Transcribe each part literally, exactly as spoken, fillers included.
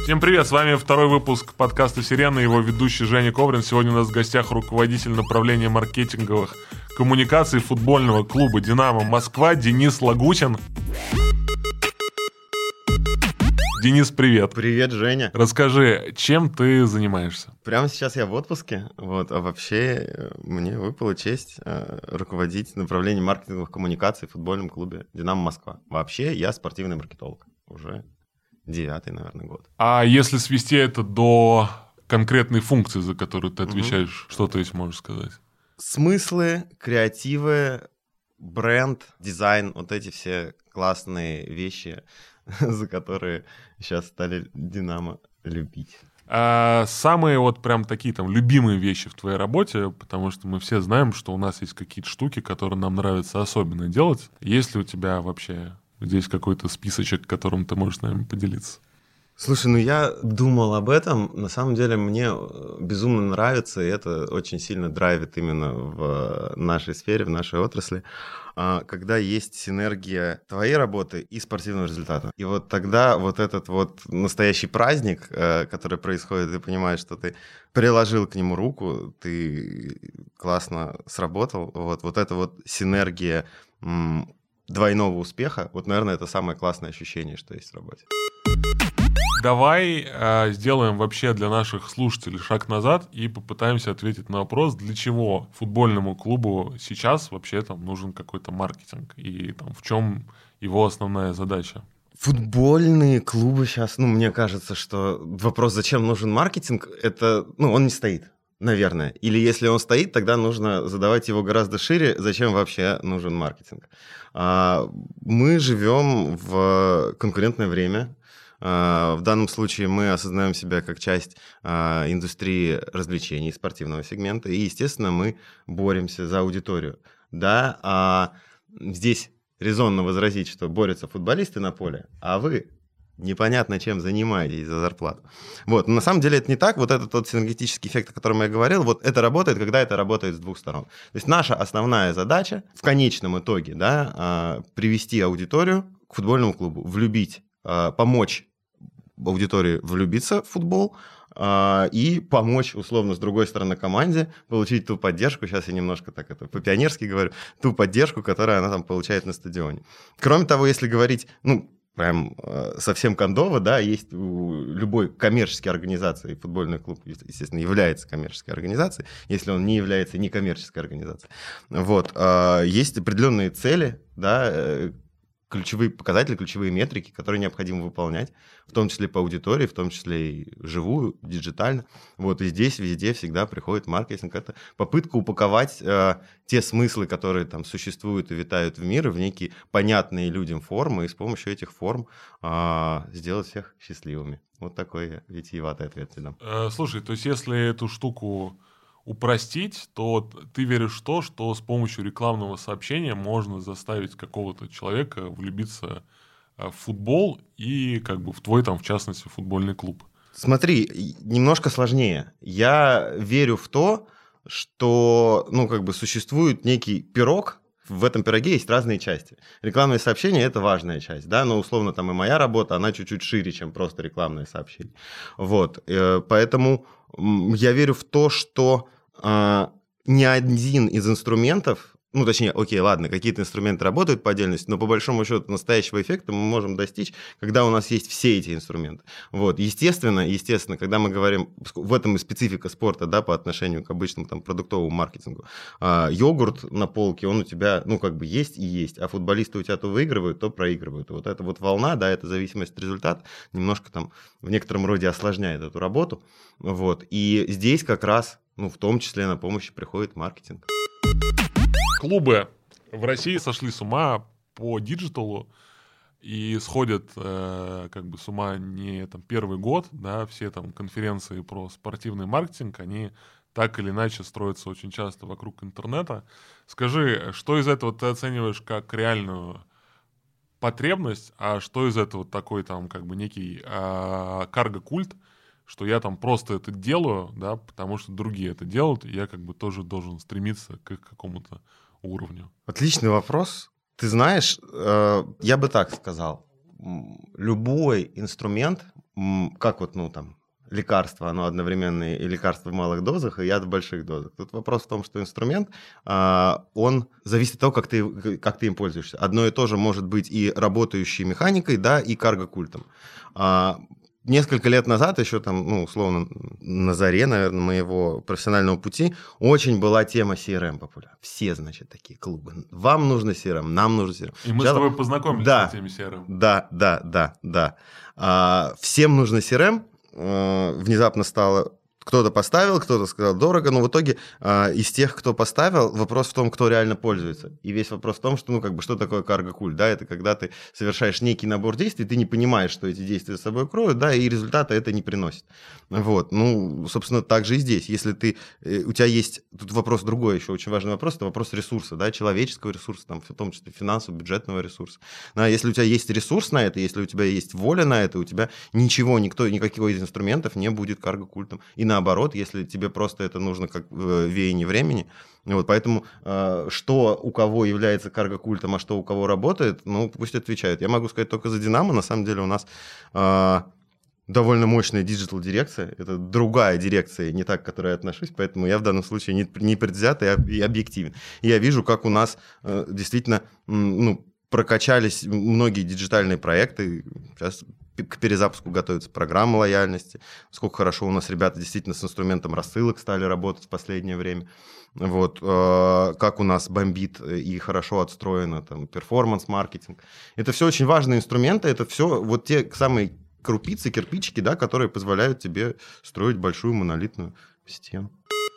Всем привет, с вами второй выпуск подкаста «Сирена», его ведущий Женя Коврин. Сегодня у нас в гостях руководитель направления маркетинговых коммуникаций футбольного клуба «Динамо Москва» Денис Лагутин. Денис, привет. Привет, Женя. Расскажи, чем ты занимаешься? Прямо сейчас я в отпуске, вот, а вообще мне выпала честь э, руководить направлением маркетинговых коммуникаций в футбольном клубе «Динамо Москва». Вообще я спортивный маркетолог уже девятый, наверное, год. А если свести это до конкретной функции, за которую ты отвечаешь, угу. Что ты здесь можешь сказать? Смыслы, креативы, бренд, дизайн, вот эти все классные вещи, за которые сейчас стали «Динамо» любить. А самые вот прям такие там любимые вещи в твоей работе, потому что мы все знаем, что у нас есть какие-то штуки, которые нам нравится особенно делать. Есть ли у тебя вообще здесь какой-то списочек, которым ты можешь с нами поделиться? Слушай, ну я думал об этом. На самом деле мне безумно нравится, и это очень сильно драйвит именно в нашей сфере, в нашей отрасли, когда есть синергия твоей работы и спортивного результата. И вот тогда вот этот вот настоящий праздник, который происходит, ты понимаешь, что ты приложил к нему руку, ты классно сработал. Вот, вот эта вот синергия двойного успеха, вот, наверное, это самое классное ощущение, что есть в работе. Давай э, сделаем вообще для наших слушателей шаг назад и попытаемся ответить на вопрос, для чего футбольному клубу сейчас вообще там нужен какой-то маркетинг и там, в чем его основная задача. Футбольные клубы сейчас, ну, мне кажется, что вопрос, зачем нужен маркетинг, это, ну, он не стоит. Наверное. Или если он стоит, тогда нужно задавать его гораздо шире, зачем вообще нужен маркетинг. Мы живем в конкурентное время. В данном случае мы осознаем себя как часть индустрии развлечений, спортивного сегмента, и, естественно, мы боремся за аудиторию. Да, а здесь резонно возразить, что борются футболисты на поле, а вы непонятно чем занимаетесь за зарплату. Вот. Но на самом деле это не так. Вот этот тот синергетический эффект, о котором я говорил, вот это работает, когда это работает с двух сторон. То есть наша основная задача в конечном итоге, да, привести аудиторию к футбольному клубу, влюбить, помочь аудитории влюбиться в футбол и помочь, условно, с другой стороны команде получить ту поддержку, сейчас я немножко так это по-пионерски говорю, ту поддержку, которую она там получает на стадионе. Кроме того, если говорить, ну, прям совсем кондово, да, есть у любой коммерческой организации, футбольный клуб, естественно, является коммерческой организацией, если он не является некоммерческой организацией. Вот, есть определенные цели, да, ключевые показатели, ключевые метрики, которые необходимо выполнять, в том числе по аудитории, в том числе и живую, диджитально. Вот, и здесь везде всегда приходит маркетинг. Это попытка упаковать э, те смыслы, которые там существуют и витают в мире, в некие понятные людям формы, и с помощью этих форм э, сделать всех счастливыми. Вот такой витиеватый ответ тебе дам. Э, слушай, то есть если эту штуку упростить, то ты веришь в то, что с помощью рекламного сообщения можно заставить какого-то человека влюбиться в футбол и как бы в твой, там, в частности, футбольный клуб. Смотри, немножко сложнее. Я верю в то, что, ну, как бы существует некий пирог, в этом пироге есть разные части. Рекламные сообщения – это важная часть, да, но условно там и моя работа, она чуть-чуть шире, чем просто рекламные сообщения. Вот, поэтому я верю в то, что Uh, ни один из инструментов, ну, точнее, окей, ладно, какие-то инструменты работают по отдельности, но по большому счету настоящего эффекта мы можем достичь, когда у нас есть все эти инструменты. Вот, естественно, естественно, когда мы говорим, в этом и специфика спорта, да, по отношению к обычному там продуктовому маркетингу, uh, йогурт на полке, он у тебя, ну, как бы есть и есть, а футболисты у тебя то выигрывают, то проигрывают. И вот эта вот волна, да, эта зависимость от результата немножко там в некотором роде осложняет эту работу. Вот, и здесь как раз, ну, в том числе на помощь приходит маркетинг. Клубы в России сошли с ума по диджиталу и сходят э, как бы с ума не там первый год, да, все там конференции про спортивный маркетинг, они так или иначе строятся очень часто вокруг интернета. Скажи, что из этого ты оцениваешь как реальную потребность, а что из этого такой там как бы некий э, карго-культ, что я там просто это делаю, да, потому что другие это делают, и я как бы тоже должен стремиться к какому-то уровню. Отличный вопрос. Ты знаешь, э, я бы так сказал. любой инструмент, как вот, ну, там, лекарство, оно одновременно и лекарство в малых дозах, и яд в больших дозах. Тут вопрос в том, что инструмент, он зависит от того, как ты, как ты им пользуешься. Одно и то же может быть и работающей механикой, да, и карго-культом. Несколько лет назад, еще там, ну, условно, на заре, наверное, моего профессионального пути, очень была тема си эр эм популярна. Все, значит, такие клубы. Вам нужно си эр эм, нам нужно си эр эм. И мы Сейчас... с тобой познакомились да, с теме си эр эм. Да, да, да, да. А, всем нужно си эр эм. А, внезапно стало... Кто-то поставил, кто-то сказал дорого, но в итоге э, из тех, кто поставил, вопрос в том, кто реально пользуется. И весь вопрос в том, что, ну, как бы, что такое карго-культ, да, это когда ты совершаешь некий набор действий, ты не понимаешь, что эти действия с собой кроют, да, и результата это не приносит. Вот, ну, собственно, так же и здесь. Если ты, э, у тебя есть, тут вопрос другой еще, очень важный вопрос, это вопрос ресурса, да, человеческого ресурса, там, в том числе финансового, бюджетного ресурса. Да, если у тебя есть ресурс на это, если у тебя есть воля на это, у тебя ничего, никто, никаких из инструментов не будет карго-культом. И на наоборот, если тебе просто это нужно как веяние времени. Вот, поэтому э, что у кого является карго-культом, а что у кого работает, ну, пусть отвечают. Я могу сказать только за «Динамо». На самом деле у нас э, довольно мощная диджитал-дирекция. Это другая дирекция, не та, к которой я отношусь, поэтому я в данном случае не, не предвзят и объективен. И я вижу, как у нас э, действительно ну, прокачались многие диджитальные проекты. Сейчас к перезапуску готовится программа лояльности. Сколько хорошо у нас ребята действительно с инструментом рассылок стали работать в последнее время. Вот. Как у нас бомбит и хорошо отстроено там перформанс-маркетинг. Это все очень важные инструменты. Это все вот те самые крупицы, кирпичики, да, которые позволяют тебе строить большую монолитную систему.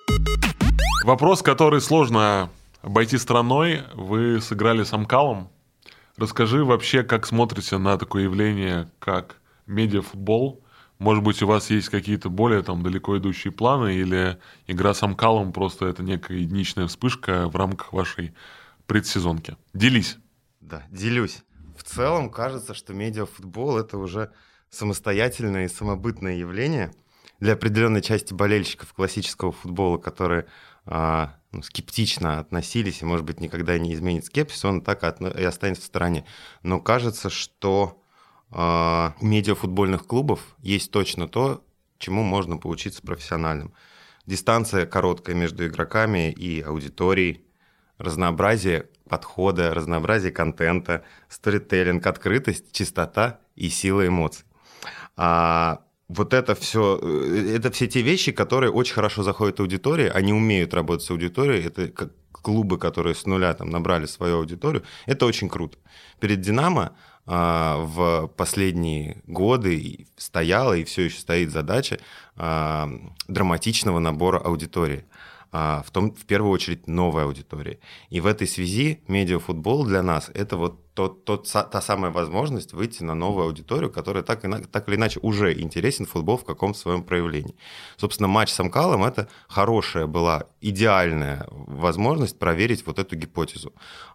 Вопрос, который сложно обойти стороной. Вы сыграли с Амкалом. Расскажи вообще, как смотрите на такое явление, как медиафутбол. Может быть, у вас есть какие-то более там далеко идущие планы, или игра с Амкалом просто это некая единичная вспышка в рамках вашей предсезонки? Делись. Да, делюсь. В целом кажется, что медиафутбол – это уже самостоятельное и самобытное явление для определенной части болельщиков классического футбола, которые а, ну, скептично относились и, может быть, никогда не изменит скепсис, он так и останется в стороне. Но кажется, что а, у медиафутбольных клубов есть точно то, чему можно поучиться профессиональным. Дистанция короткая между игроками и аудиторией, разнообразие подхода, разнообразие контента, сторителлинг, открытость, чистота и сила эмоций. А, Вот это все, это все те вещи, которые очень хорошо заходят аудитории, они умеют работать с аудиторией, это как клубы, которые с нуля там набрали свою аудиторию, это очень круто. Перед «Динамо» а, в последние годы стояла и все еще стоит задача а, драматичного набора аудитории. В, том, в первую очередь новой аудитории. И в этой связи медиафутбол для нас – это вот тот, тот, та самая возможность выйти на новую аудиторию, которая так, так или иначе уже интересен футбол в каком-то своем проявлении. Собственно, матч с Амкалом – это хорошая была, идеальная возможность проверить вот эту гипотезу.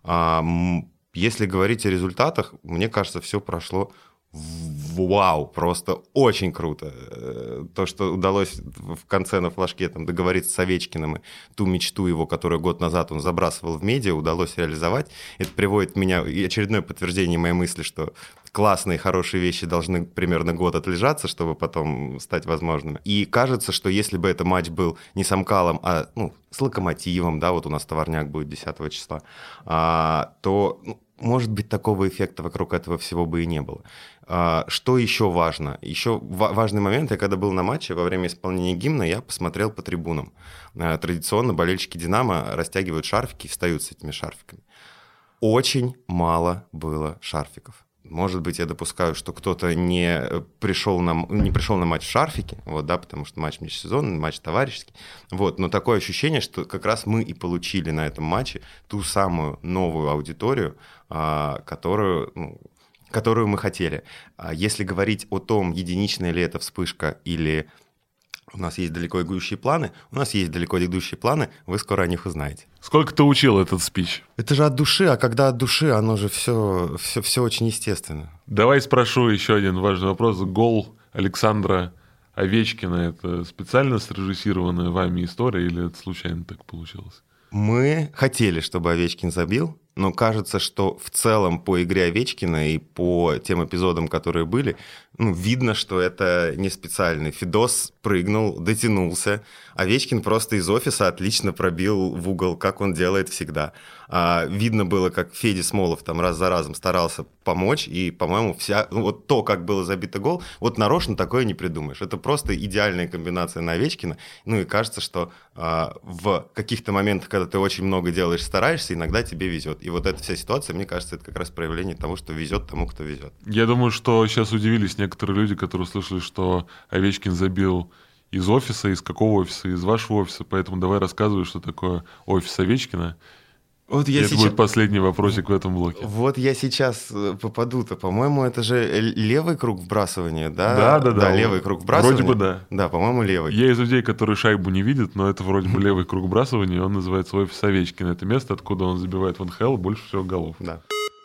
Если говорить о результатах, мне кажется, все прошло вау, просто очень круто. То, что удалось в конце на флажке там, договориться с Овечкиным, и ту мечту его, которую год назад он забрасывал в медиа, удалось реализовать. Это приводит меня, и очередное подтверждение моей мысли, что классные, хорошие вещи должны примерно год отлежаться, чтобы потом стать возможными. И кажется, что если бы этот матч был не с Амкалом, а ну, с Локомотивом, да, вот у нас товарняк будет десятого числа, а, то... Ну, может быть, такого эффекта вокруг этого всего бы и не было. Что еще важно? Еще важный момент, я когда был на матче, во время исполнения гимна, я посмотрел по трибунам. Традиционно болельщики «Динамо» растягивают шарфики и встают с этими шарфиками. Очень мало было шарфиков. Может быть, я допускаю, что кто-то не пришел на, не пришел на матч в шарфике, вот, да, потому что матч межсезонный, матч товарищеский. Вот, но такое ощущение, что как раз мы и получили на этом матче ту самую новую аудиторию, а, которую, ну, которую мы хотели. А если говорить о том, единичная ли это вспышка или у нас есть далеко идущие планы, у нас есть далеко идущие планы, вы скоро о них узнаете. Сколько ты учил этот спич? Это же от души, а когда от души, оно же все, все, все очень естественно. Давай спрошу еще один важный вопрос. Гол Александра Овечкина – это специально срежиссированная вами история или это случайно так получилось? Мы хотели, чтобы Овечкин забил, но кажется, что в целом по игре Овечкина и по тем эпизодам, которые были, ну, видно, что это не специальный. Фидос прыгнул, дотянулся. Овечкин просто из офиса отлично пробил в угол, как он делает всегда. А, видно было, как Федя Смолов там раз за разом старался помочь, и, по-моему, вся, ну, вот то, как было забито гол, вот нарочно такое не придумаешь. Это просто идеальная комбинация на Овечкина. Ну и кажется, что а, в каких-то моментах, когда ты очень много делаешь, стараешься, иногда тебе везет. И вот эта вся ситуация, мне кажется, это как раз проявление того, что везет тому, кто везет. Я думаю, что сейчас удивились некоторые люди, которые слышали, что Овечкин забил из офиса, из какого офиса, из вашего офиса, поэтому давай рассказывай, что такое офис Овечкина. Вот я это сейчас... будет последний вопросик в этом блоке. Вот я сейчас попаду-то. По-моему, это же левый круг вбрасывания, да? Да, да, да. Да, левый круг вбрасывания. Вроде бы да. Да, по-моему, левый. Я из людей, которые шайбу не видят, но это вроде бы левый круг вбрасывания, он называется офис Овечкина. Это место, откуда он забивает в эн ха эл больше всего голов. Да.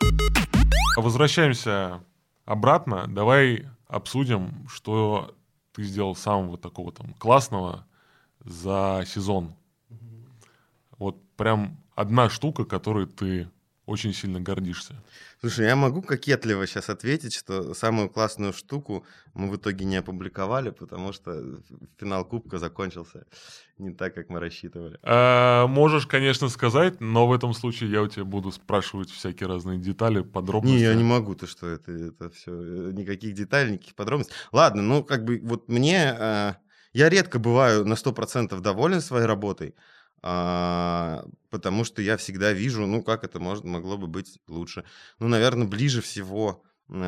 Возвращаемся обратно. Давай обсудим, что ты сделал самого такого там классного за сезон. Вот прям одна штука, которой ты очень сильно гордишься. Слушай, я могу кокетливо сейчас ответить, что самую классную штуку мы в итоге не опубликовали, потому что финал Кубка закончился не так, как мы рассчитывали. А, можешь, конечно, сказать, но в этом случае я у тебя буду спрашивать всякие разные детали, подробности. Не, я не могу, ты что, это, это все, никаких деталей, никаких подробностей. Ладно, ну как бы вот мне, э, я редко бываю на сто процентов доволен своей работой, А, потому что я всегда вижу, ну, как это может, могло бы быть лучше. Ну, наверное, ближе всего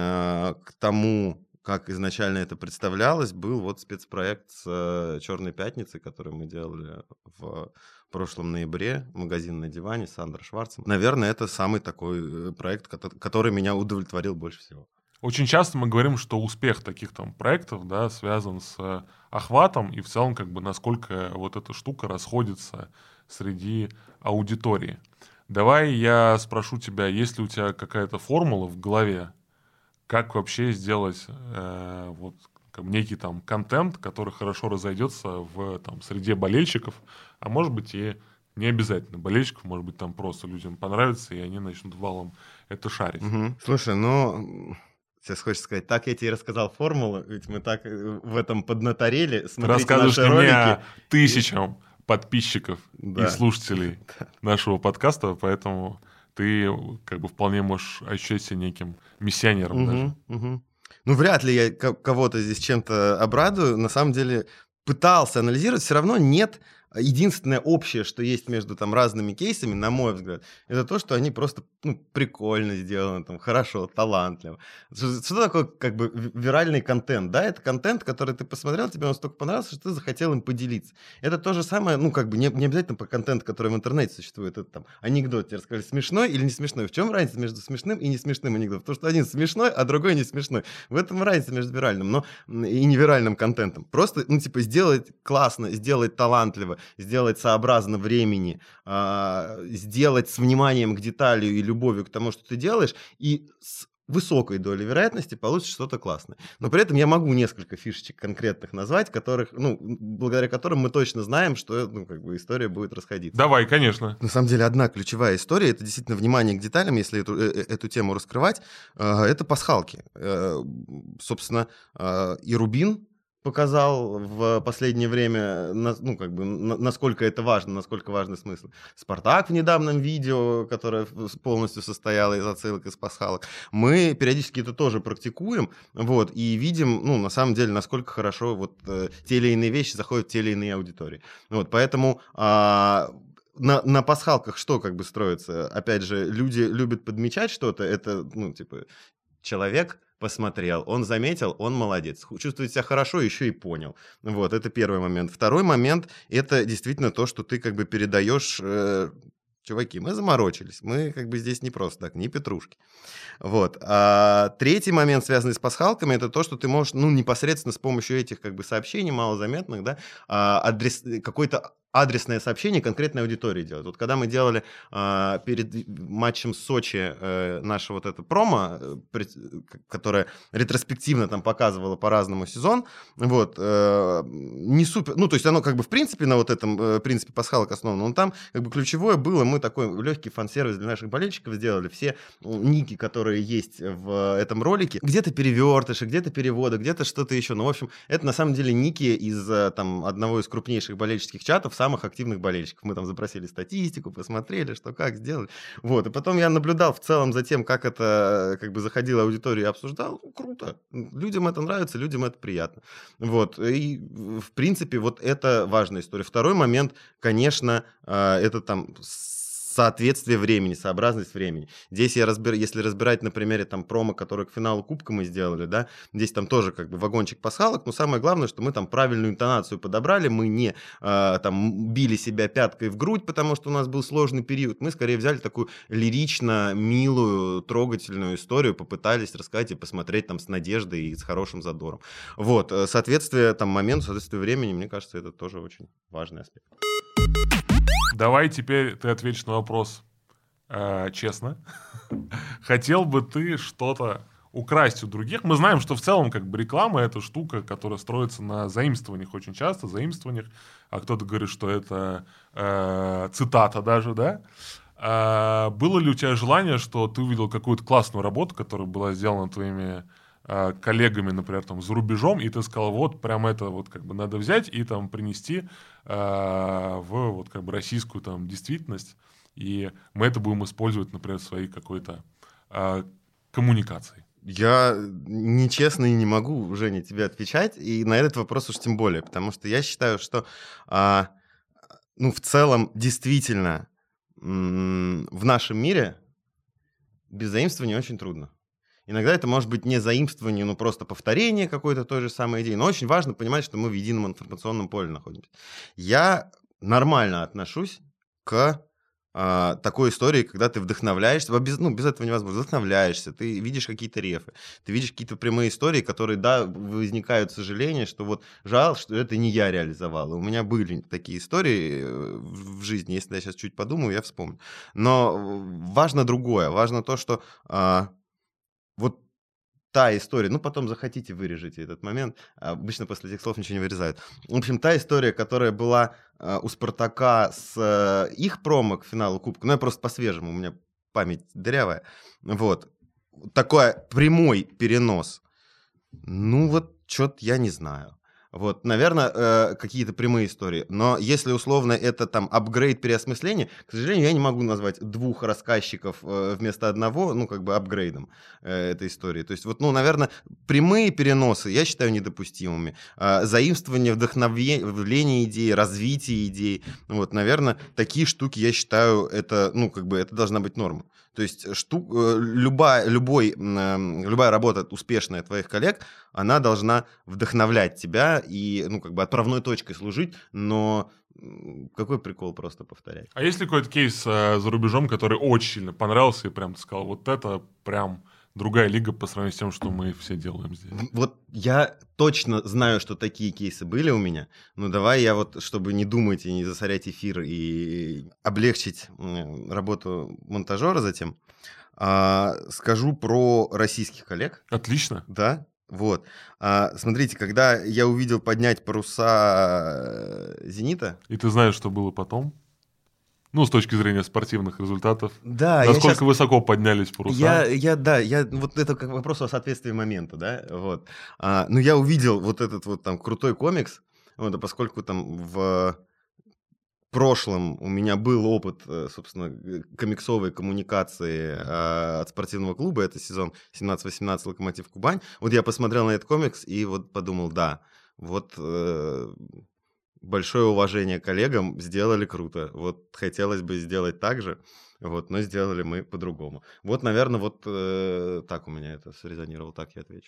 э, к тому, как изначально это представлялось, был вот спецпроект с э, «Черной пятницей», который мы делали в прошлом ноябре, «Магазин на диване» с Андро Шварцем. Наверное, это самый такой проект, который меня удовлетворил больше всего. Очень часто мы говорим, что успех таких там проектов, да, связан с охватом и в целом как бы насколько вот эта штука расходится среди аудитории. Давай я спрошу тебя, есть ли у тебя какая-то формула в голове, как вообще сделать э, вот как некий там контент, который хорошо разойдется в там среде болельщиков, а может быть и не обязательно болельщиков, может быть там просто людям понравится и они начнут валом это шарить. Угу. Слушай, ну сейчас хочется сказать, так я тебе рассказал формулу, ведь мы так в этом поднаторели. Ты рассказываешь не мне, а тысячам подписчиков да. и слушателей да. нашего подкаста, поэтому ты как бы вполне можешь ощущать себя неким миссионером угу, даже. Угу. Ну, вряд ли я кого-то здесь чем-то обрадую. На самом деле пытался анализировать, все равно нет... Единственное общее, что есть между там разными кейсами, на мой взгляд, это то, что они просто ну, прикольно сделаны, там, хорошо, талантливо. Что, что такое как бы виральный контент? Да, это контент, который ты посмотрел, тебе он настолько понравился, что ты захотел им поделиться. Это то же самое, ну как бы не, не обязательно по контенту, который в интернете существует. Это там анекдот, тебе рассказали, смешной или не смешной. В чем разница между смешным и не смешным анекдотом? Потому что один смешной, а другой не смешной. В этом разница между виральным но, и невиральным контентом. Просто, ну типа, сделать классно, сделать талантливо, сделать сообразно времени, э, сделать с вниманием к деталю и любовью к тому, что ты делаешь, и с высокой долей вероятности получится что-то классное. Но при этом я могу несколько фишечек конкретных назвать, которых, ну, благодаря которым мы точно знаем, что ну, как бы история будет расходиться. Давай, конечно. На самом деле, одна ключевая история, это действительно внимание к деталям, если эту, эту тему раскрывать, э, это пасхалки. Э, собственно, э, и Рубин показал в последнее время, ну, как бы, насколько это важно, насколько важный смысл. «Спартак» в недавнем видео, которое полностью состояло из отсылок, из пасхалок. Мы периодически это тоже практикуем, вот, и видим, ну, на самом деле, насколько хорошо вот э, те или иные вещи заходят в те или иные аудитории. Вот, поэтому... А, На, на пасхалках что как бы строится? Опять же, люди любят подмечать что-то, это, ну, типа, человек посмотрел, он заметил, он молодец. Чувствует себя хорошо, еще и понял. Вот, это первый момент. Второй момент, это действительно то, что ты как бы передаешь... Э, чуваки, мы заморочились, мы как бы здесь не просто так, не петрушки. Вот. А третий момент, связанный с пасхалками, это то, что ты можешь, ну, непосредственно с помощью этих как бы сообщений малозаметных, да, адрес, какой-то адресное сообщение конкретной аудитории делать. Вот когда мы делали э, перед матчем Сочи э, наше вот это промо, э, которое ретроспективно там показывало по-разному сезон, вот, э, не супер, ну, то есть оно как бы в принципе на вот этом э, принципе пасхалок основано, но там как бы ключевое было, мы такой легкий фан-сервис для наших болельщиков сделали, все ники, которые есть в этом ролике, где-то перевертыши, где-то переводы, где-то что-то еще, ну, в общем, это на самом деле ники из там одного из крупнейших болельщических чатов, самых активных болельщиков. Мы там запросили статистику, посмотрели, что как сделали. Вот. И потом я наблюдал в целом за тем, как это как бы заходила аудитория и обсуждал. Ну, круто. Людям это нравится, людям это приятно. Вот. И, в принципе, вот это важная история. Второй момент, конечно, это там соответствие времени, сообразность времени. Здесь я разбираю, если разбирать на примере там промо, который к финалу Кубка мы сделали, да, здесь там тоже как бы вагончик пасхалок, но самое главное, что мы там правильную интонацию подобрали, мы не э, там били себя пяткой в грудь, потому что у нас был сложный период, мы скорее взяли такую лирично, милую, трогательную историю, попытались рассказать и посмотреть там с надеждой и с хорошим задором. Вот, соответствие там моменту, соответствие времени, мне кажется, это тоже очень важный аспект. Давай теперь ты ответишь на вопрос э, честно. Хотел бы ты что-то украсть у других? Мы знаем, что в целом как бы реклама — это штука, которая строится на заимствованиях очень часто, заимствованиях, а кто-то говорит, что это э, цитата даже, да? А было ли у тебя желание, что ты увидел какую-то классную работу, которая была сделана твоими э, коллегами, например, там, за рубежом, и ты сказал, вот прям это вот как бы надо взять и там принести в вот как бы российскую там действительность, и мы это будем использовать, например, в своей какой-то а, коммуникации? Я нечестно и не могу, Женя, тебе отвечать, и на этот вопрос уж тем более, потому что я считаю, что а, ну, в целом действительно м- в нашем мире без заимствования очень трудно. Иногда это может быть не заимствование, но просто повторение какой-то той же самой идеи. Но очень важно понимать, что мы в едином информационном поле находимся. Я нормально отношусь к а, такой истории, когда ты вдохновляешься. Без, ну, без этого невозможно. Вдохновляешься, ты видишь какие-то рефы, ты видишь какие-то прямые истории, которые, да, возникают сожаления, что вот жаль, что это не я реализовал. У меня были такие истории в жизни. Если я сейчас чуть подумаю, я вспомню. Но важно другое. Важно то, что... А, вот та история, ну, потом захотите, вырежете этот момент. Обычно после этих слов ничего не вырезают. В общем, та история, которая была э, у «Спартака» с э, их промо к финалу Кубка, ну, я просто по-свежему, у меня память дырявая, вот, такой прямой перенос. Ну, вот, что-то я не знаю. Вот, наверное, э, какие-то прямые истории. Но если условно это там апгрейд, переосмысление, к сожалению, я не могу назвать двух рассказчиков э, вместо одного, ну, как бы апгрейдом э, этой истории. То есть, вот, ну, наверное, прямые переносы я считаю недопустимыми. Э, заимствование, вдохновление идеи, развитие идей. Вот, наверное, такие штуки я считаю, это, ну, как бы, это должна быть норма. То есть штук, любая, любой, любая работа успешная твоих коллег, она должна вдохновлять тебя и, ну, как бы отправной точкой служить, но какой прикол просто повторять. А есть ли какой-то кейс э, за рубежом, который очень сильно понравился и прям ты сказал, вот это прям другая лига по сравнению с тем, что мы все делаем здесь? Вот я точно знаю, что такие кейсы были у меня, но давай я вот, чтобы не думать и не засорять эфир и облегчить работу монтажера затем, скажу про российских коллег. Отлично. Да, вот. Смотрите, когда я увидел поднять паруса «Зенита». И ты знаешь, что было потом? Ну, с точки зрения спортивных результатов. Да, насколько я сейчас... высоко поднялись паруса? Я, я, да, я, вот это как вопрос о соответствии момента, да, вот. А, но я увидел вот этот вот там крутой комикс, вот, а поскольку там в прошлом у меня был опыт, собственно, комиксовой коммуникации а, от спортивного клуба, это сезон семнадцать-восемнадцать «Локомотив Кубань», вот я посмотрел на этот комикс и вот подумал, да, вот... Э- большое уважение коллегам, сделали круто. Вот хотелось бы сделать так же, вот, но сделали мы по-другому. Вот, наверное, вот э, так у меня это срезонировало, так я отвечу.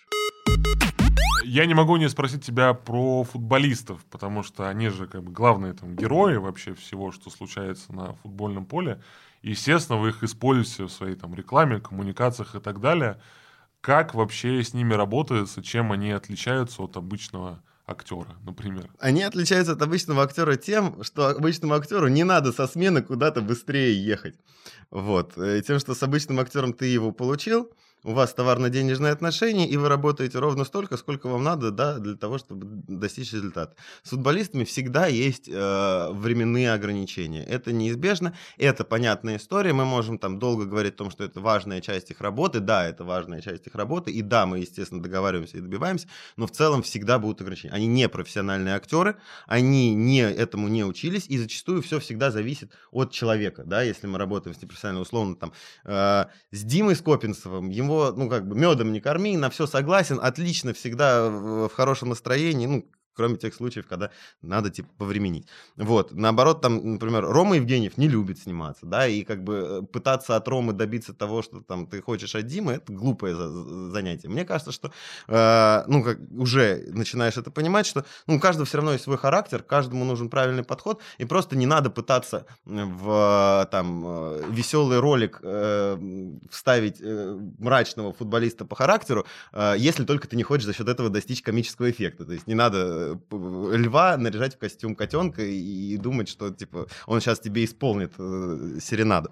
Я не могу не спросить тебя про футболистов, потому что они же как бы главные там герои вообще всего, что случается на футбольном поле. И, естественно, вы их используете в своей там рекламе, коммуникациях и так далее. Как вообще с ними работается, чем они отличаются от обычного актера, например? Они отличаются от обычного актера тем, что обычному актеру не надо со смены куда-то быстрее ехать. Вот. И тем, что с обычным актером ты его получил, у вас товарно-денежные отношения, и вы работаете ровно столько, сколько вам надо, да, для того, чтобы достичь результата. С футболистами всегда есть э, временные ограничения. Это неизбежно, это понятная история. Мы можем там долго говорить о том, что это важная часть их работы. Да, это важная часть их работы. И да, мы, естественно, договариваемся и добиваемся, но в целом всегда будут ограничения. Они не профессиональные актеры, они не, этому не учились, и зачастую все всегда зависит от человека. Да? Если мы работаем с непрофессионально, условно, там, э, с Димой Скопинцевым, ему ну, как бы, медом не корми, на все согласен, отлично, всегда в, в хорошем настроении, ну, кроме тех случаев, когда надо, типа, повременить. Вот. Наоборот, там, например, Рома Евгеньев не любит сниматься, да, и как бы пытаться от Ромы добиться того, что там ты хочешь от Димы, это глупое занятие. Мне кажется, что, э, ну, как уже начинаешь это понимать, что, ну, у каждого все равно есть свой характер, каждому нужен правильный подход, и просто не надо пытаться в, там, веселый ролик э, вставить э, мрачного футболиста по характеру, э, если только ты не хочешь за счет этого достичь комического эффекта. То есть не надо льва наряжать в костюм котенка и, и думать, что типа он сейчас тебе исполнит э, серенаду.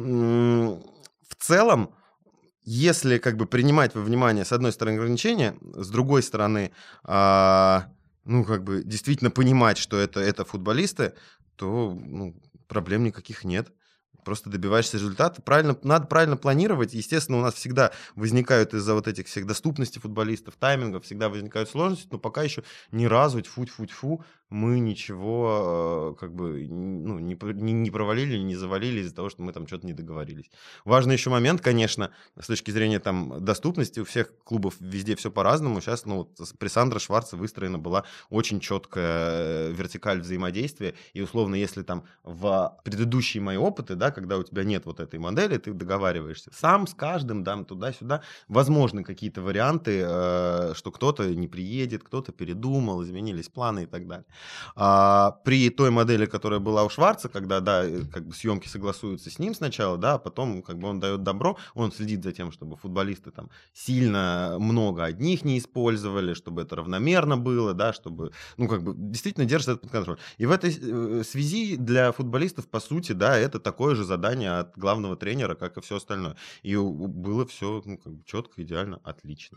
В целом, если как бы принимать во внимание с одной стороны ограничения, с другой стороны, э, ну как бы действительно понимать, что это, это футболисты, то ну, проблем никаких нет. Просто добиваешься результата. Правильно, надо правильно планировать. Естественно, у нас всегда возникают из-за вот этих всех доступности футболистов, таймингов, всегда возникают сложности, но пока еще ни разу, тьфу-тьфу-тьфу, мы ничего как бы ну, не, не, не провалили, не завалили из-за того, что мы там что-то не договорились. Важный еще момент, конечно, с точки зрения там доступности, у всех клубов везде все по-разному. Сейчас ну, вот, при Сандро Шварце выстроена была очень четкая вертикаль взаимодействия, и условно, если там в предыдущие мои опыты, да, когда у тебя нет вот этой модели, ты договариваешься сам с каждым, да, туда-сюда. Возможны какие-то варианты, э, что кто-то не приедет, кто-то передумал, изменились планы и так далее. А, при той модели, которая была у Шварца, когда, да, как бы съемки согласуются с ним сначала, да, а потом как бы он дает добро, он следит за тем, чтобы футболисты там сильно много одних не использовали, чтобы это равномерно было, да, чтобы, ну, как бы действительно держит это под контролем. И в этой э, связи для футболистов, по сути, да, это такое же задание от главного тренера, как и все остальное. И было все ну, как бы четко, идеально, отлично.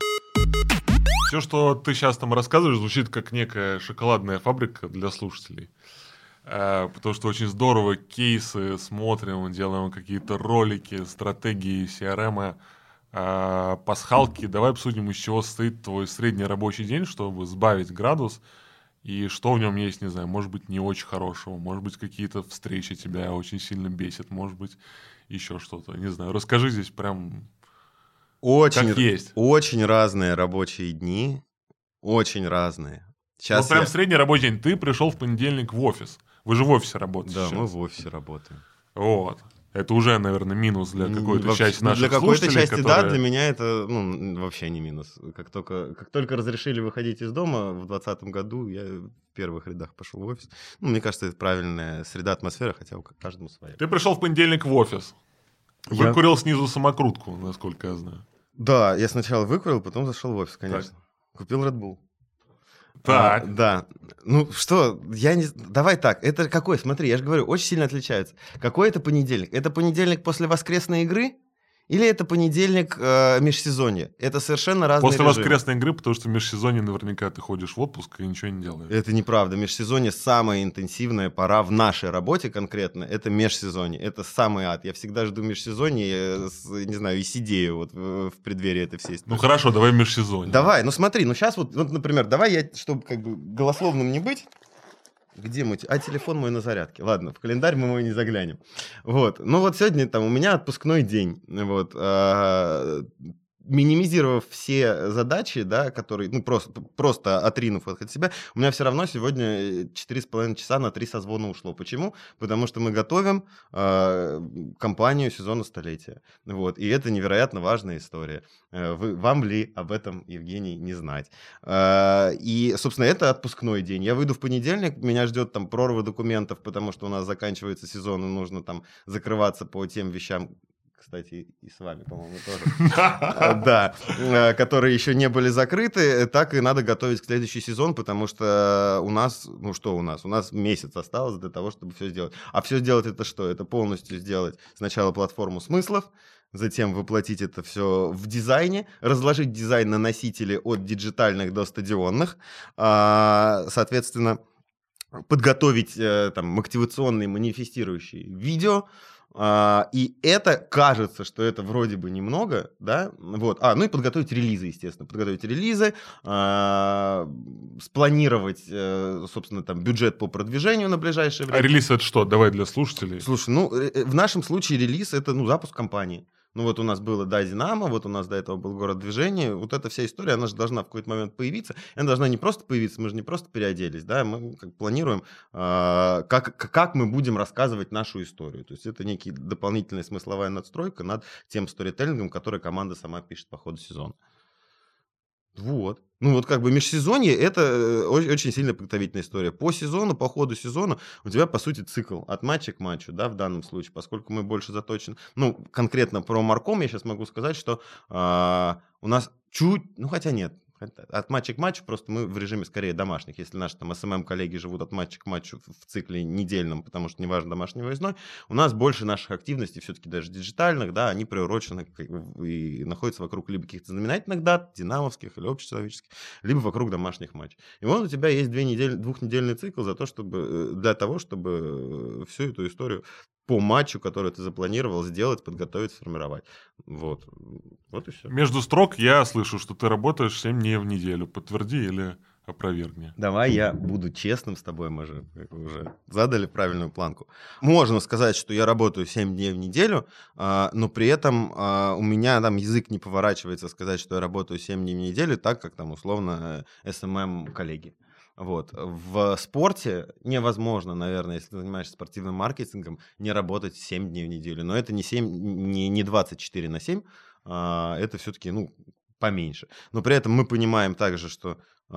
Все, что ты сейчас там рассказываешь, звучит как некая шоколадная фабрика для слушателей. Э, потому что очень здорово кейсы смотрим, делаем какие-то ролики, стратегии, си ар эм, э, пасхалки. Давай обсудим, из чего состоит твой средний рабочий день, чтобы сбавить градус. И что в нем есть, не знаю, может быть, не очень хорошего, может быть, какие-то встречи тебя очень сильно бесят, может быть, еще что-то, не знаю. Расскажи здесь прям очень, как есть. Очень разные рабочие дни, очень разные. Сейчас вот прям я... средний рабочий день. Ты пришел в понедельник в офис. Вы же в офисе работаете. Да, сейчас. Мы в офисе работаем. Вот. Это уже, наверное, минус для какой-то вообще, части наших для слушателей. Для какой-то части, которые... да, для меня это ну, вообще не минус. Как только, как только разрешили выходить из дома в двадцатом году, я в первых рядах пошел в офис. Ну, мне кажется, это правильная среда, атмосфера, хотя у каждому своя. Ты пришел в понедельник в офис. Я... Выкурил снизу самокрутку, насколько я знаю. Да, я сначала выкурил, потом зашел в офис, конечно. Так. Купил Red Bull. Так. А, да. Ну что, я не... Давай так, это какой? Смотри, я же говорю, очень сильно отличаются. Какой это понедельник? Это понедельник после воскресной игры? Или это понедельник э, межсезонья? Это совершенно разные После режимы. воскресной игры, потому что в межсезонье наверняка ты ходишь в отпуск и ничего не делаешь. Это неправда. Межсезонье самая интенсивная пора в нашей работе конкретно. Это межсезонье. Это самый ад. Я всегда жду межсезонье, с, не знаю, и сидею вот в, в преддверии этой всей истории. Ну хорошо, давай межсезонье. Давай, ну смотри, ну сейчас вот, вот, например, давай я, чтобы как бы голословным не быть... Где мой... А телефон мой на зарядке. Ладно, в календарь мы мой не заглянем. Вот. Ну вот сегодня там у меня отпускной день. Вот. А... Минимизировав все задачи, да, которые, ну, просто, просто отринув их от себя, у меня все равно сегодня четыре с половиной часа на три созвона ушло. Почему? Потому что мы готовим э, кампанию сезона столетия. Вот. И это невероятно важная история. Вы, вам ли об этом, Евгений, не знать? Э, и, собственно, это отпускной день. Я выйду в понедельник, меня ждет там прорва документов, потому что у нас заканчивается сезон, и нужно там закрываться по тем вещам, кстати, и с вами, по-моему, тоже, да, которые еще не были закрыты, так и надо готовить к следующий сезон, потому что у нас, ну что у нас, у нас месяц осталось для того, чтобы все сделать. А все сделать это что? Это полностью сделать сначала платформу смыслов, затем воплотить это все в дизайне, разложить дизайн на носители от диджитальных до стадионных, соответственно, подготовить там мотивационные, манифестирующие видео. И это кажется, что это вроде бы немного, да, вот, а, ну и подготовить релизы, естественно, подготовить релизы, а, спланировать, собственно, там, бюджет по продвижению на ближайшее время. А релиз это что? Давай для слушателей. Слушай, ну, в нашем случае релиз это, ну, запуск компании. Ну вот у нас было, да, Динамо, вот у нас до этого был город движения, вот эта вся история, она же должна в какой-то момент появиться, она должна не просто появиться, мы же не просто переоделись, да, мы как планируем, э, как, как мы будем рассказывать нашу историю, то есть это некий дополнительная смысловая надстройка над тем сторителлингом, который команда сама пишет по ходу сезона. Вот. Ну вот как бы межсезонье это очень сильно подготовительная история. По сезону, по ходу сезона у тебя по сути цикл от матча к матчу, да, в данном случае, поскольку мы больше заточены. Ну конкретно про Марком я сейчас могу сказать, что э, у нас чуть, ну хотя нет, от матча к матчу просто мы в режиме скорее домашних. Если наши там эс эм эм-коллеги живут от матча к матчу в цикле недельном, потому что неважно домашний выездной, у нас больше наших активностей, все-таки даже диджитальных, да, они приурочены и находятся вокруг либо каких-то знаменательных дат, динамовских или общечеловеческих, либо вокруг домашних матчей. И вот у тебя есть две недели, двухнедельный цикл за то, чтобы, для того, чтобы всю эту историю по матчу, который ты запланировал, сделать, подготовить, сформировать. Вот. Вот и все. Между строк я слышу, что ты работаешь семь дней в неделю. Подтверди или опровергни. Давай я буду честным с тобой, мы же уже задали правильную планку. Можно сказать, что я работаю семь дней в неделю, но при этом у меня там язык не поворачивается сказать, что я работаю семь дней в неделю, так как там условно эс эм эм-коллеги. Вот. В спорте невозможно, наверное, если ты занимаешься спортивным маркетингом, не работать семь дней в неделю. Но это не, семь, не, не двадцать четыре на семь, а это все-таки ну, поменьше. Но при этом мы понимаем также, что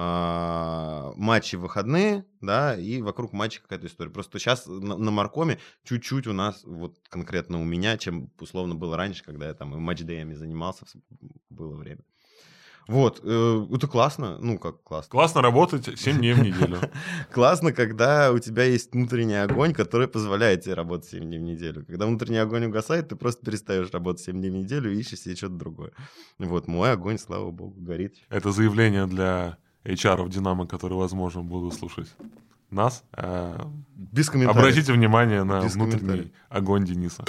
а, матчи в выходные, да, и вокруг матча какая-то история. Просто сейчас на, на Маркоме чуть-чуть у нас, вот конкретно у меня, чем условно было раньше, когда я там и матчдеями занимался, было время. Вот, э, это классно, ну как классно. Классно работать семь дней в неделю. Классно, когда у тебя есть внутренний огонь, который позволяет тебе работать семь дней в неделю. Когда внутренний огонь угасает, ты просто перестаешь работать семь дней в неделю и ищешь себе что-то другое. Вот, мой огонь, слава богу, горит. Это заявление для эйч ар-ов Динамо, которые, возможно, будут слушать нас. Без комментариев. Обратите внимание на Без внутренний огонь Дениса.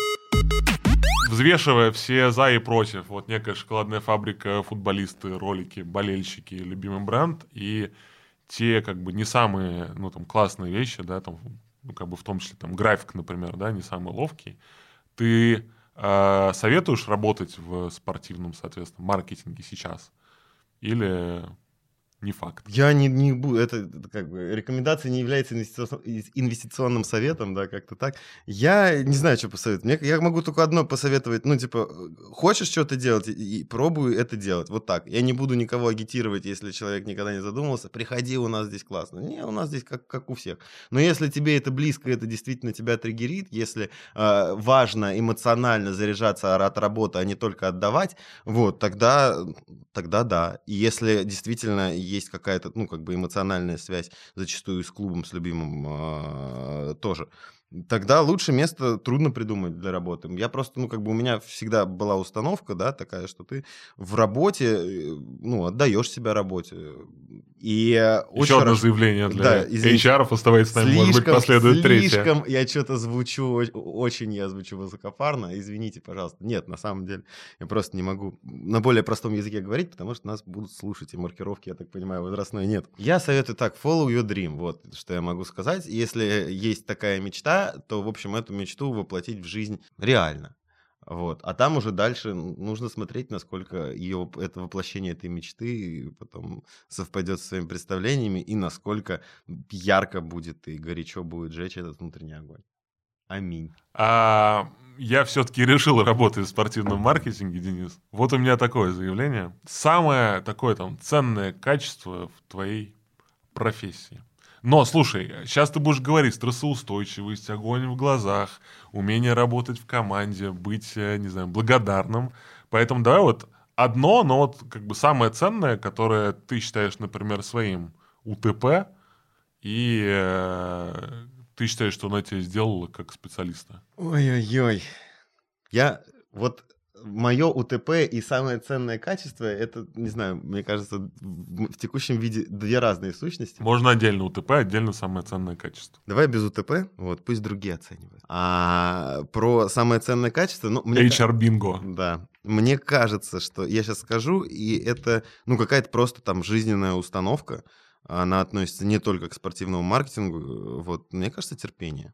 Взвешивая все за и против, вот некая шоколадная фабрика, футболисты, ролики, болельщики, любимый бренд, и те, как бы, не самые, ну, там, классные вещи, да, там, ну, как бы, в том числе, там, график, например, да, не самый ловкий, ты э, советуешь работать в спортивном, соответственно, маркетинге сейчас? Или не факт? Я не, не буду, это, это как бы рекомендация не является инвестиционным советом, да, как-то так. Я не знаю, что посоветовать. Мне, я могу только одно посоветовать, ну, типа, хочешь что-то делать, и, и пробуй это делать, вот так. Я не буду никого агитировать, если человек никогда не задумывался, приходи, у нас здесь классно. Не, у нас здесь как, как у всех. Но если тебе это близко, это действительно тебя триггерит, если э, важно эмоционально заряжаться от работы, а не только отдавать, вот, тогда, тогда да. И если действительно есть какая-то, ну, как бы эмоциональная связь зачастую с клубом, с любимым э, тоже, тогда лучше место трудно придумать для работы. Я просто, ну, как бы у меня всегда была установка, да, такая, что ты в работе, ну, отдаешь себя работе. И Еще очень одно хорошо... заявление для да, эйч ар-ов, оставайтесь с нами, слишком, может быть, последует третье. Слишком я что-то звучу, очень я звучу высокопарно, извините, пожалуйста. Нет, на самом деле, я просто не могу на более простом языке говорить, потому что нас будут слушать, и маркировки, я так понимаю, возрастной нет. Я советую так, follow your dream, вот что я могу сказать. Если есть такая мечта, то, в общем, эту мечту воплотить в жизнь реально. Вот. А там уже дальше нужно смотреть, насколько ее, это воплощение этой мечты потом совпадет со своими представлениями и насколько ярко будет и горячо будет жечь этот внутренний огонь. Аминь. А, я все-таки решил работать в спортивном маркетинге, Денис. Вот у меня такое заявление. Самое такое там ценное качество в твоей профессии. Но, слушай, сейчас ты будешь говорить стрессоустойчивость, огонь в глазах, умение работать в команде, быть, э, не знаю, благодарным. Поэтому давай вот одно, но вот как бы самое ценное, которое ты считаешь, например, своим УТП, и э, ты считаешь, что она тебя сделала как специалиста. Ой-ой-ой. Я вот... Мое УТП и самое ценное качество, это, не знаю, мне кажется, в, в текущем виде две разные сущности. Можно отдельно УТП, отдельно самое ценное качество. Давай без УТП, вот, пусть другие оценивают. А про самое ценное качество... Ну, мне эйч ар-бинго. Да. Мне кажется, что я сейчас скажу, и это, ну, какая-то просто там жизненная установка. Она относится не только к спортивному маркетингу. Вот, мне кажется, терпение.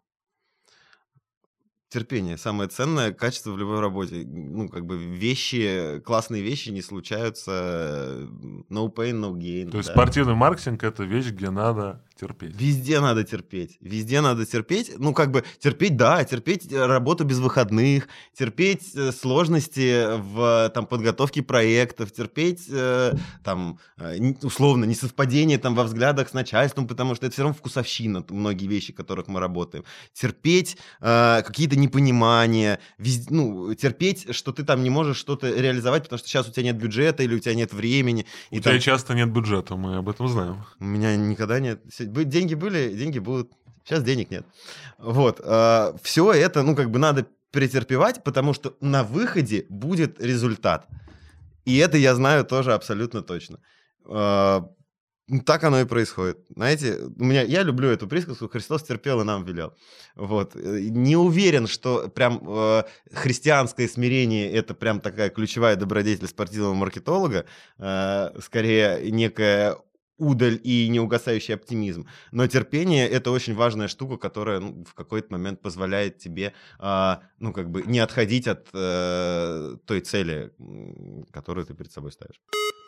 Терпение. Самое ценное качество в любой работе. Ну, как бы вещи, классные вещи не случаются no pain, no gain. То есть да. спортивный маркетинг — это вещь, где надо терпеть. Везде надо терпеть. Везде надо терпеть. Ну, как бы терпеть, да, терпеть работу без выходных, терпеть сложности в там, подготовке проектов, терпеть э, там, условно несовпадение там, во взглядах с начальством, потому что это все равно вкусовщина, многие вещи, в которых мы работаем. Терпеть э, какие-то непонимания, везде, ну, терпеть, что ты там не можешь что-то реализовать, потому что сейчас у тебя нет бюджета или у тебя нет времени. У и тебя там... часто нет бюджета, мы об этом знаем. У меня никогда нет. Деньги были, деньги будут. Сейчас денег нет. Вот. Э, все это, ну, как бы надо претерпевать, потому что на выходе будет результат. И это я знаю тоже абсолютно точно. Э, так оно и происходит. Знаете, у меня, я люблю эту присказку «Христос терпел и нам велел». Вот. Не уверен, что прям э, христианское смирение — это прям такая ключевая добродетель спортивного маркетолога. Э, скорее, некая удаль и неугасающий оптимизм. Но терпение — это очень важная штука, которая ну, в какой-то момент позволяет тебе э, ну, как бы не отходить от э, той цели, которую ты перед собой ставишь.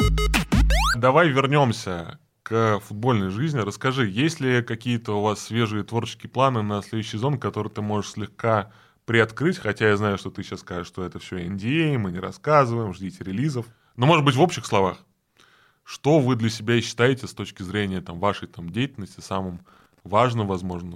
Давай вернемся к футбольной жизни. Расскажи, есть ли какие-то у вас свежие творческие планы на следующий сезон, которые ты можешь слегка приоткрыть? Хотя я знаю, что ты сейчас скажешь, что это все эн ди эй, мы не рассказываем, ждите релизов. Но, может быть, в общих словах, что вы для себя считаете с точки зрения там, вашей там, деятельности самым важным, возможно,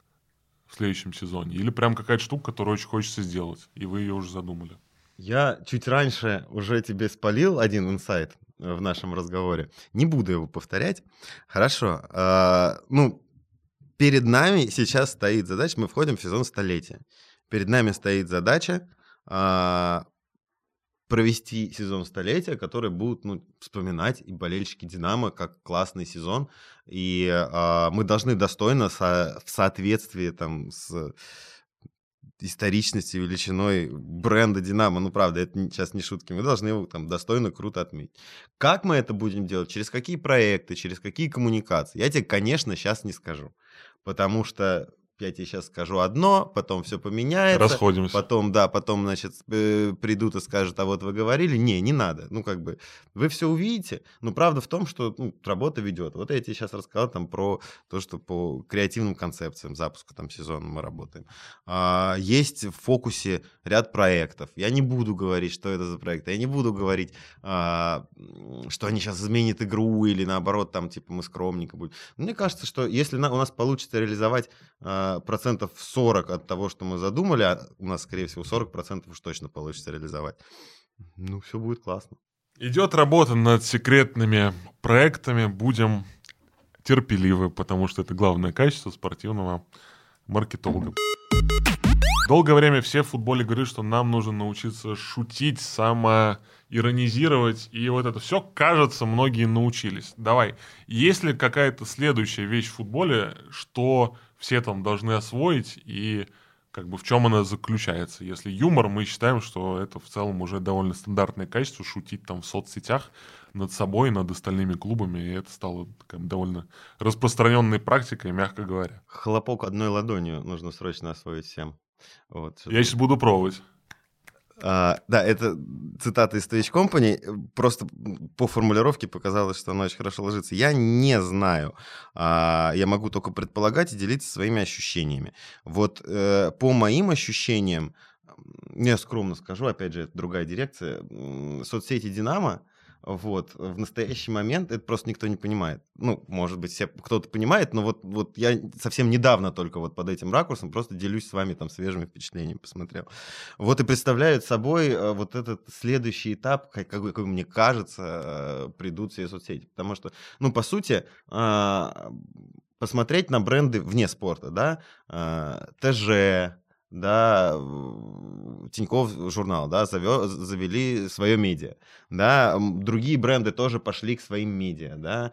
в следующем сезоне? Или прям какая-то штука, которую очень хочется сделать, и вы ее уже задумали? Я чуть раньше уже тебе спалил один инсайт в нашем разговоре. Не буду его повторять. Хорошо. А, ну, перед нами сейчас стоит задача, мы входим в сезон столетия. Перед нами стоит задача а, провести сезон столетия, который будут ну, вспоминать и болельщики «Динамо» как классный сезон. И а, мы должны достойно со, в соответствии там, с историчностью, величиной бренда «Динамо», ну, правда, это сейчас не шутки, мы должны его там достойно, круто отметить. Как мы это будем делать? Через какие проекты, через какие коммуникации? Я тебе, конечно, сейчас не скажу, потому что я тебе сейчас скажу одно, потом все поменяется. Расходимся. Потом, да, потом, значит, придут и скажут, а вот вы говорили. Не, не надо. Ну, как бы, вы все увидите. Но правда в том, что ну, работа ведет. Вот я тебе сейчас рассказал там про то, что по креативным концепциям запуска там сезона мы работаем. А, есть в фокусе ряд проектов. Я не буду говорить, что это за проекты. Я не буду говорить, а, что они сейчас изменят игру или наоборот, там, типа, мы скромненько будем. Мне кажется, что если на, у нас получится реализовать процентов сорок от того, что мы задумали, а у нас, скорее всего, сорок процентов уж точно получится реализовать. Ну, все будет классно. Идет работа над секретными проектами. Будем терпеливы, потому что это главное качество спортивного маркетолога. Долгое время все в футболе говорят, что нам нужно научиться шутить, самоиронизировать, и вот это все, кажется, многие научились. Давай, есть ли какая-то следующая вещь в футболе, что все там должны освоить, и как бы в чем она заключается? Если юмор, мы считаем, что это в целом уже довольно стандартное качество, шутить там в соцсетях над собой, над остальными клубами, и это стало как бы, довольно распространенной практикой, мягко говоря. Хлопок одной ладонью нужно срочно освоить всем. Вот, Я сейчас буду пробовать. А, да, это цитата из Twitch Company. Просто по формулировке показалось, что она очень хорошо ложится. Я не знаю. А, я могу только предполагать и делиться своими ощущениями. Вот э, по моим ощущениям, я скромно скажу, опять же, это другая дирекция, соцсети «Динамо» вот, в настоящий момент это просто никто не понимает. Ну, может быть, все, кто-то понимает, но вот, вот я совсем недавно только вот под этим ракурсом просто делюсь с вами там свежими впечатлениями, посмотрел. Вот и представляют собой вот этот следующий этап, как, как мне кажется, придут все соцсети. Потому что, ну, по сути, посмотреть на бренды вне спорта, да, ТЖ, да, Тинькофф журнал, да, завел, завели свое медиа, да, другие бренды тоже пошли к своим медиа, да.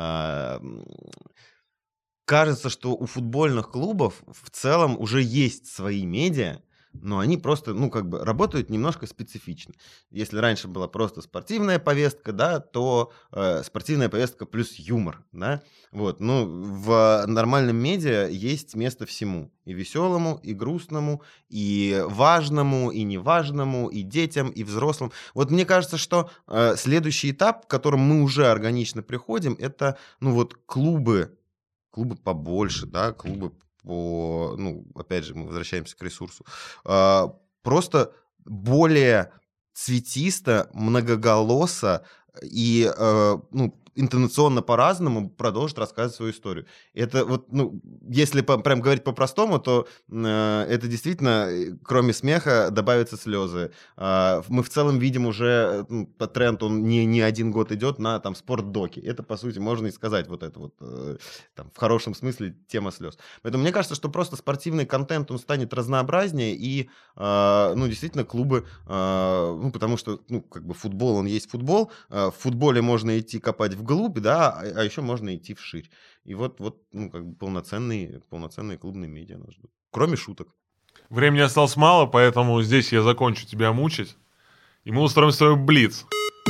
Кажется, что у футбольных клубов в целом уже есть свои медиа, но они просто, ну, как бы работают немножко специфично. Если раньше была просто спортивная повестка, да, то э, спортивная повестка плюс юмор, да, вот, ну, в нормальном медиа есть место всему, и веселому, и грустному, и важному, и неважному, и детям, и взрослым. Вот мне кажется, что э, следующий этап, к которому мы уже органично приходим, это, ну, вот клубы, клубы побольше, да, клубы по, ну, опять же, мы возвращаемся к ресурсу, а, просто более цветисто, многоголосо и, а, ну, интонационно по-разному продолжит рассказывать свою историю. Это вот, ну, если по, прям говорить по-простому, то э, это действительно, кроме смеха, добавятся слезы. Э, мы в целом видим уже, ну, по тренд, он не, не один год идет на там спортдоки. Это, по сути, можно и сказать вот это вот, э, там, в хорошем смысле, тема слез. Поэтому мне кажется, что просто спортивный контент, он станет разнообразнее, и, э, ну, действительно, клубы, э, ну, потому что, ну, как бы футбол, он есть футбол, э, в футболе можно идти копать в вглубь, да, а, а еще можно идти вширь. И вот, вот, ну, как бы полноценные, полноценные клубные медиа нас ждут. Кроме шуток. Времени осталось мало, поэтому здесь я закончу тебя мучить. И мы устроим свой блиц.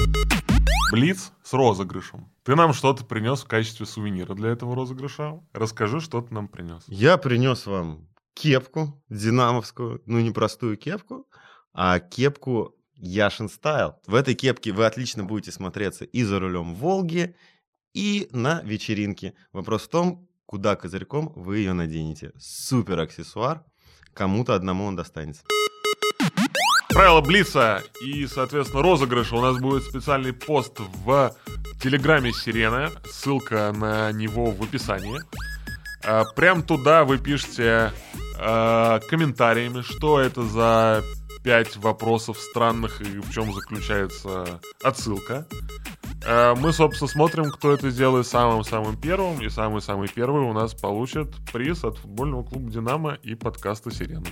Блиц с розыгрышем. Ты нам что-то принес в качестве сувенира для этого розыгрыша. Расскажи, что ты нам принес. Я принес вам кепку динамовскую, ну, не простую кепку, а кепку Яшин Стайл. В этой кепке вы отлично будете смотреться и за рулем Волги, и на вечеринке. Вопрос в том, куда козырьком вы ее наденете. Супер аксессуар. Кому-то одному он достанется. Правила Блица и, соответственно, розыгрыша. У нас будет специальный пост в Телеграме Сирены. Ссылка на него в описании. Прям туда вы пишете комментариями, что это за пять вопросов странных и в чем заключается отсылка. Мы, собственно, смотрим, кто это сделает самым-самым первым, и самый-самый первый у нас получит приз от футбольного клуба «Динамо» и подкаста «Сирена».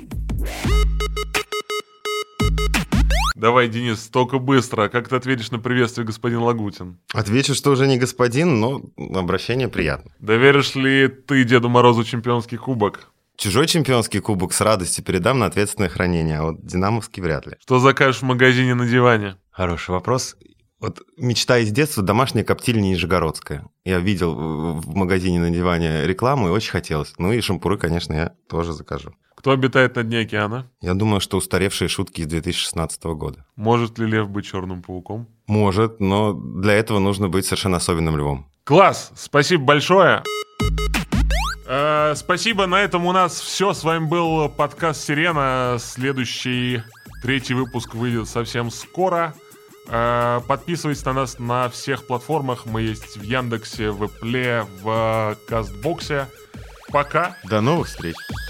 Давай, Денис, только быстро. Как ты ответишь на приветствие, господин Лагутин? Отвечу, что уже не господин, но обращение приятно. Доверишь ли ты Деду Морозу чемпионский кубок? Чужой чемпионский кубок с радостью передам на ответственное хранение, а вот динамовский вряд ли. Что закажешь в магазине на диване? Хороший вопрос. Вот мечта из детства — домашняя коптильня нижегородская. Я видел в магазине на диване рекламу и очень хотелось. Ну и шампуры, конечно, я тоже закажу. Кто обитает на дне океана? Я думаю, что устаревшие шутки из две тысячи шестнадцатого года. Может ли лев быть черным пауком? Может, но для этого нужно быть совершенно особенным львом. Класс! Спасибо большое! Э, спасибо, на этом у нас все. С вами был подкаст «Сирена». Следующий, третий выпуск выйдет совсем скоро. Э, подписывайтесь на нас на всех платформах. Мы есть в Яндексе, в Apple, в Кастбоксе. Пока. До новых встреч.